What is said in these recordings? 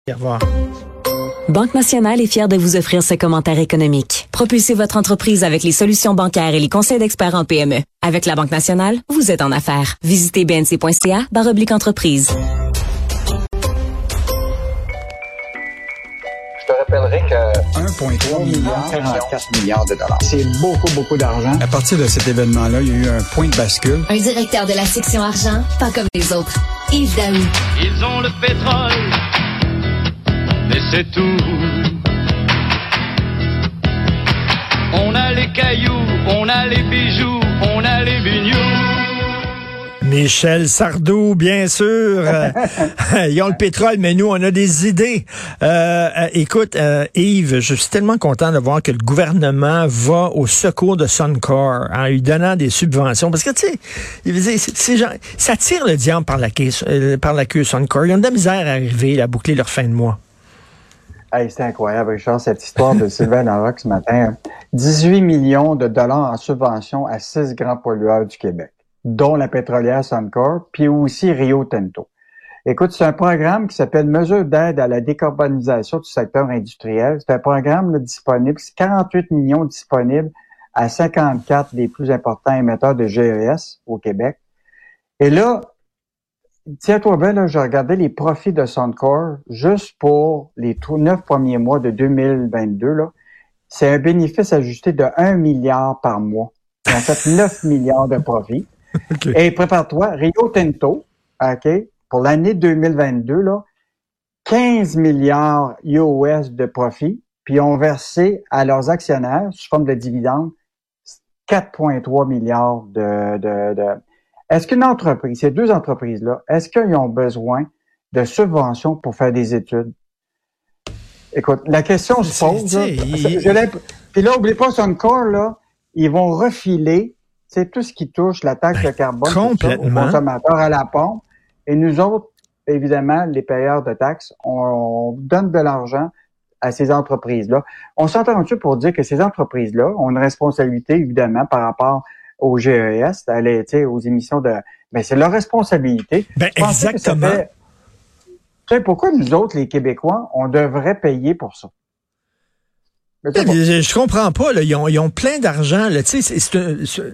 Au revoir. Banque Nationale est fière de vous offrir ce commentaire économique. Propulsez votre entreprise avec les solutions bancaires et les conseils d'experts en PME. Avec la Banque Nationale, vous êtes en affaires. Visitez bnc.ca/entreprise. Je te rappellerai que 1,3 milliard, 44 milliards de dollars. c'est beaucoup d'argent. À partir de cet événement-là, il y a eu un point de bascule. Un directeur de la section argent, pas comme les autres. Yves Daou. Ils ont le pétrole, mais c'est tout. On a les cailloux, on a les bijoux, on a les bignous. Michel Sardou, bien sûr. Ils ont le pétrole, mais nous, on a des idées. Écoute, Yves, je suis tellement content de voir que le gouvernement va au secours de Suncor en lui donnant des subventions. Parce que, tu sais, ces gens, ça tire le diable par la queue, Suncor. Ils ont de la misère à arriver à boucler leur fin de mois. Hey, c'est incroyable, Richard, cette histoire de Sylvain Larocque ce matin. 18 millions de dollars en subvention à 6 grands pollueurs du Québec, dont la pétrolière Suncor, puis aussi Rio Tinto. Écoute, c'est un programme qui s'appelle Mesures d'aide à la décarbonisation du secteur industriel. C'est un programme là, disponible, c'est 48 millions disponibles à 54 des plus importants émetteurs de GES au Québec. Et là, tiens-toi bien, là, j'ai regardé les profits de Suncor juste pour les 9 premiers mois de 2022. Là. C'est un bénéfice ajusté de 1 milliard par mois. Ils ont fait 9 milliards de profits. Okay. Et prépare-toi, Rio Tinto, OK, pour l'année 2022, là, 15 milliards US de profits, puis ils ont versé à leurs actionnaires, sous forme de dividendes, 4,3 milliards de... Est-ce qu'une entreprise, ces deux entreprises-là, est-ce qu'ils ont besoin de subventions pour faire des études? Écoute, la question se pose. Puis là, n'oubliez pas, Suncor, là, ils vont refiler, c'est tout ce qui touche la taxe de carbone complètement. Aux consommateurs à la pompe. Et nous autres, évidemment, les payeurs de taxes, on donne de l'argent à ces entreprises-là. On s'entend dessus pour dire que ces entreprises-là ont une responsabilité, évidemment, par rapport au GES, aux émissions de... Ben, c'est leur responsabilité. Ben, exactement. Tu sais, pourquoi nous autres, les Québécois, on devrait payer pour ça? Je comprends pas, là. Ils ont plein d'argent, là. Tu sais,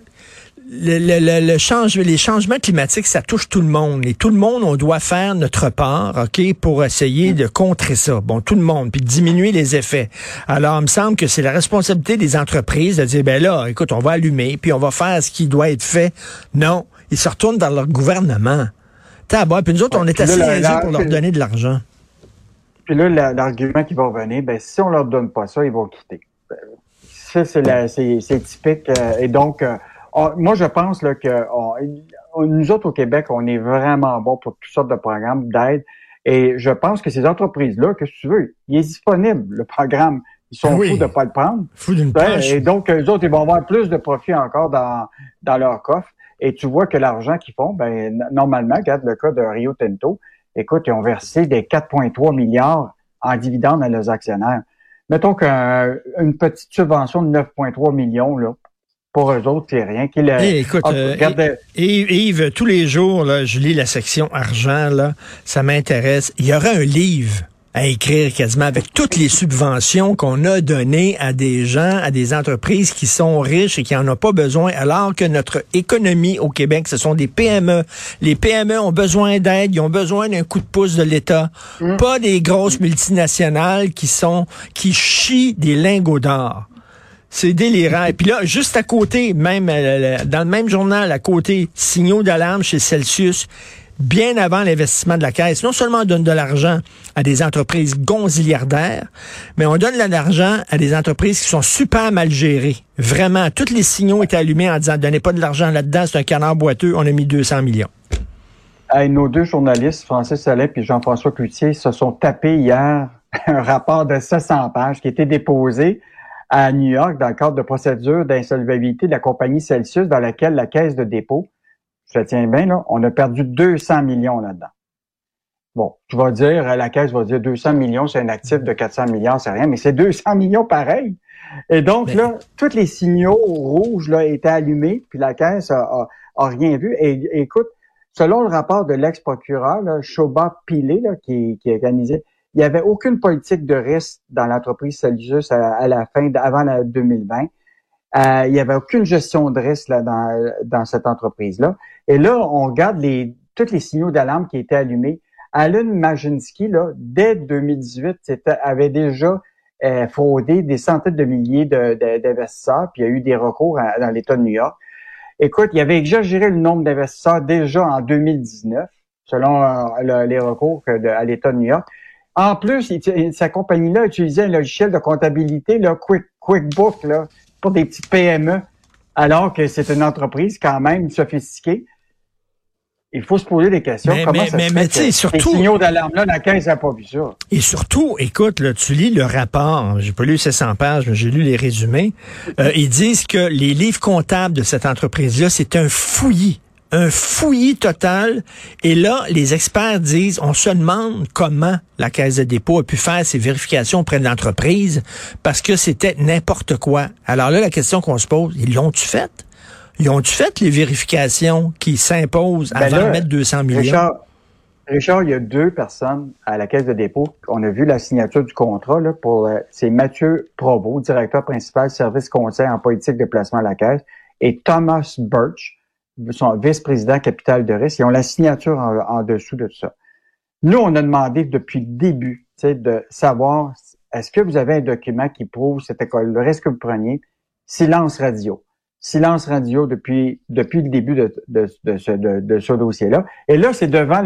les changements climatiques, ça touche tout le monde. Et tout le monde, on doit faire notre part, OK, pour essayer de contrer ça. Bon, tout le monde, puis de diminuer les effets. Alors, il me semble que c'est la responsabilité des entreprises de dire, ben là, écoute, on va allumer, puis on va faire ce qui doit être fait. Non, ils se retournent dans leur gouvernement. Puis nous autres, on est assez niaiseux pour leur donner de l'argent. Puis là, l'argument qui va revenir, ben si on leur donne pas ça, ils vont quitter. Ça, c'est typique. Et donc, moi, je pense là que nous autres au Québec, on est vraiment bons pour toutes sortes de programmes d'aide. Et je pense que ces entreprises-là, que si tu veux, il est disponible, le programme. Ils sont fous de pas le prendre. Fous d'une poche. Et donc, eux autres, ils vont avoir plus de profit encore dans leur coffre. Et tu vois que l'argent qu'ils font, ben normalement, regarde le cas de Rio Tinto, écoute, ils ont versé des 4,3 milliards en dividendes à leurs actionnaires. Mettons qu'une petite subvention de 9,3 millions, là, pour eux autres, c'est rien. Écoute, Yves, tous les jours, là, je lis la section argent, là, ça m'intéresse. Il y aura un livre à écrire quasiment avec toutes les subventions qu'on a données à des gens, à des entreprises qui sont riches et qui en ont pas besoin, alors que notre économie au Québec, ce sont des PME. Les PME ont besoin d'aide, ils ont besoin d'un coup de pouce de l'État. Pas des grosses multinationales qui chient des lingots d'or. C'est délirant. Et puis là, juste à côté, même dans le même journal, à côté, signaux d'alarme chez Celsius, bien avant l'investissement de la Caisse. Non seulement on donne de l'argent à des entreprises gonziliardaires, mais on donne de l'argent à des entreprises qui sont super mal gérées. Vraiment, tous les signaux étaient allumés en disant, donnez pas de l'argent là-dedans, c'est un canard boiteux, on a mis 200 millions. Hey, nos deux journalistes, Francis Sallet et Jean-François Cloutier, se sont tapés hier un rapport de 700 pages qui a été déposé à New York dans le cadre de procédure d'insolvabilité de la compagnie Celsius dans laquelle la Caisse de dépôt, je tiens bien, là, on a perdu 200 millions là-dedans. Bon, tu vas dire, la Caisse va dire 200 millions, c'est un actif de 400 milliards, c'est rien, mais c'est 200 millions pareil. Et donc, là, tous les signaux rouges, là, étaient allumés, puis la Caisse a rien vu. Et écoute, selon le rapport de l'ex-procureur, là, Shobha Pillay, là, qui a organisé, Il n'y avait aucune politique de risque dans l'entreprise Celsius à la fin, avant la 2020. Il n'y avait aucune gestion de risque là, dans cette entreprise-là. Et là, on regarde tous les signaux d'alarme qui étaient allumés. Alan Majinski, là, dès 2018, avait déjà fraudé des centaines de milliers d'investisseurs, puis il y a eu des recours dans l'État de New York. Écoute, il avait exagéré le nombre d'investisseurs déjà en 2019, selon les recours à l'État de New York. En plus, sa compagnie-là utilisait un logiciel de comptabilité, là, QuickBook, là, pour des petites PME, alors que c'est une entreprise quand même sophistiquée. Il faut se poser des questions. Comment ça se fait que surtout, les signaux d'alarme-là, la Caisse n'a pas vu ça? Et surtout, écoute, là, tu lis le rapport, j'ai pas lu 700 pages, mais j'ai lu les résumés. Ils disent que les livres comptables de cette entreprise-là, c'est un fouillis total. Et là, les experts disent, on se demande comment la Caisse de dépôt a pu faire ces vérifications auprès de l'entreprise parce que c'était n'importe quoi. Alors là, la question qu'on se pose, ils l'ont-tu fait? Ils ont-tu fait les vérifications qui s'imposent avant de mettre 200 millions? Richard, il y a 2 personnes à la Caisse de dépôt. On a vu la signature du contrat, là, c'est Mathieu Provost, directeur principal service conseil en politique de placement à la Caisse, et Thomas Birch, son vice-président capital de risque. Ils ont la signature en dessous de tout ça. Nous, on a demandé depuis le début, de savoir, est-ce que vous avez un document qui prouve cette école, le risque que vous preniez? Silence radio depuis le début de ce dossier-là. Et là, c'est devant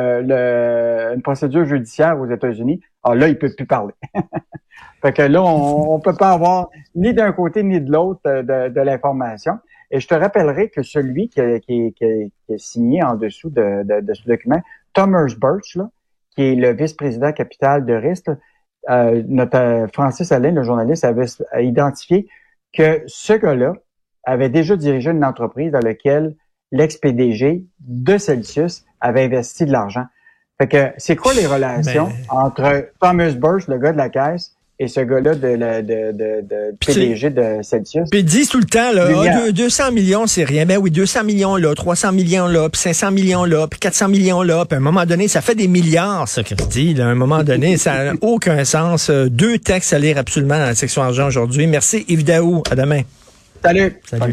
une procédure judiciaire aux États-Unis. Ah, là, il peut plus parler. Fait que là, on peut pas avoir ni d'un côté ni de l'autre de l'information. Et je te rappellerai que celui qui est signé en dessous de ce document, Thomas Birch, là, qui est le vice-président capital de risque, notre Francis Alain, le journaliste, avait identifié que ce gars-là avait déjà dirigé une entreprise dans laquelle l'ex-PDG de Celsius avait investi de l'argent. Fait que c'est quoi les relations entre Thomas Birch, le gars de la Caisse, et ce gars-là de PDG de Celsius? Puis ils disent tout le temps, là, 200 millions, c'est rien. Ben oui, 200 millions là, 300 millions là, puis 500 millions là, puis 400 millions là. Puis à un moment donné, ça fait des milliards, ça, Christy. À un moment donné, ça n'a aucun sens. 2 textes à lire absolument dans la section argent aujourd'hui. Merci, Yves Daou. À demain. Salut.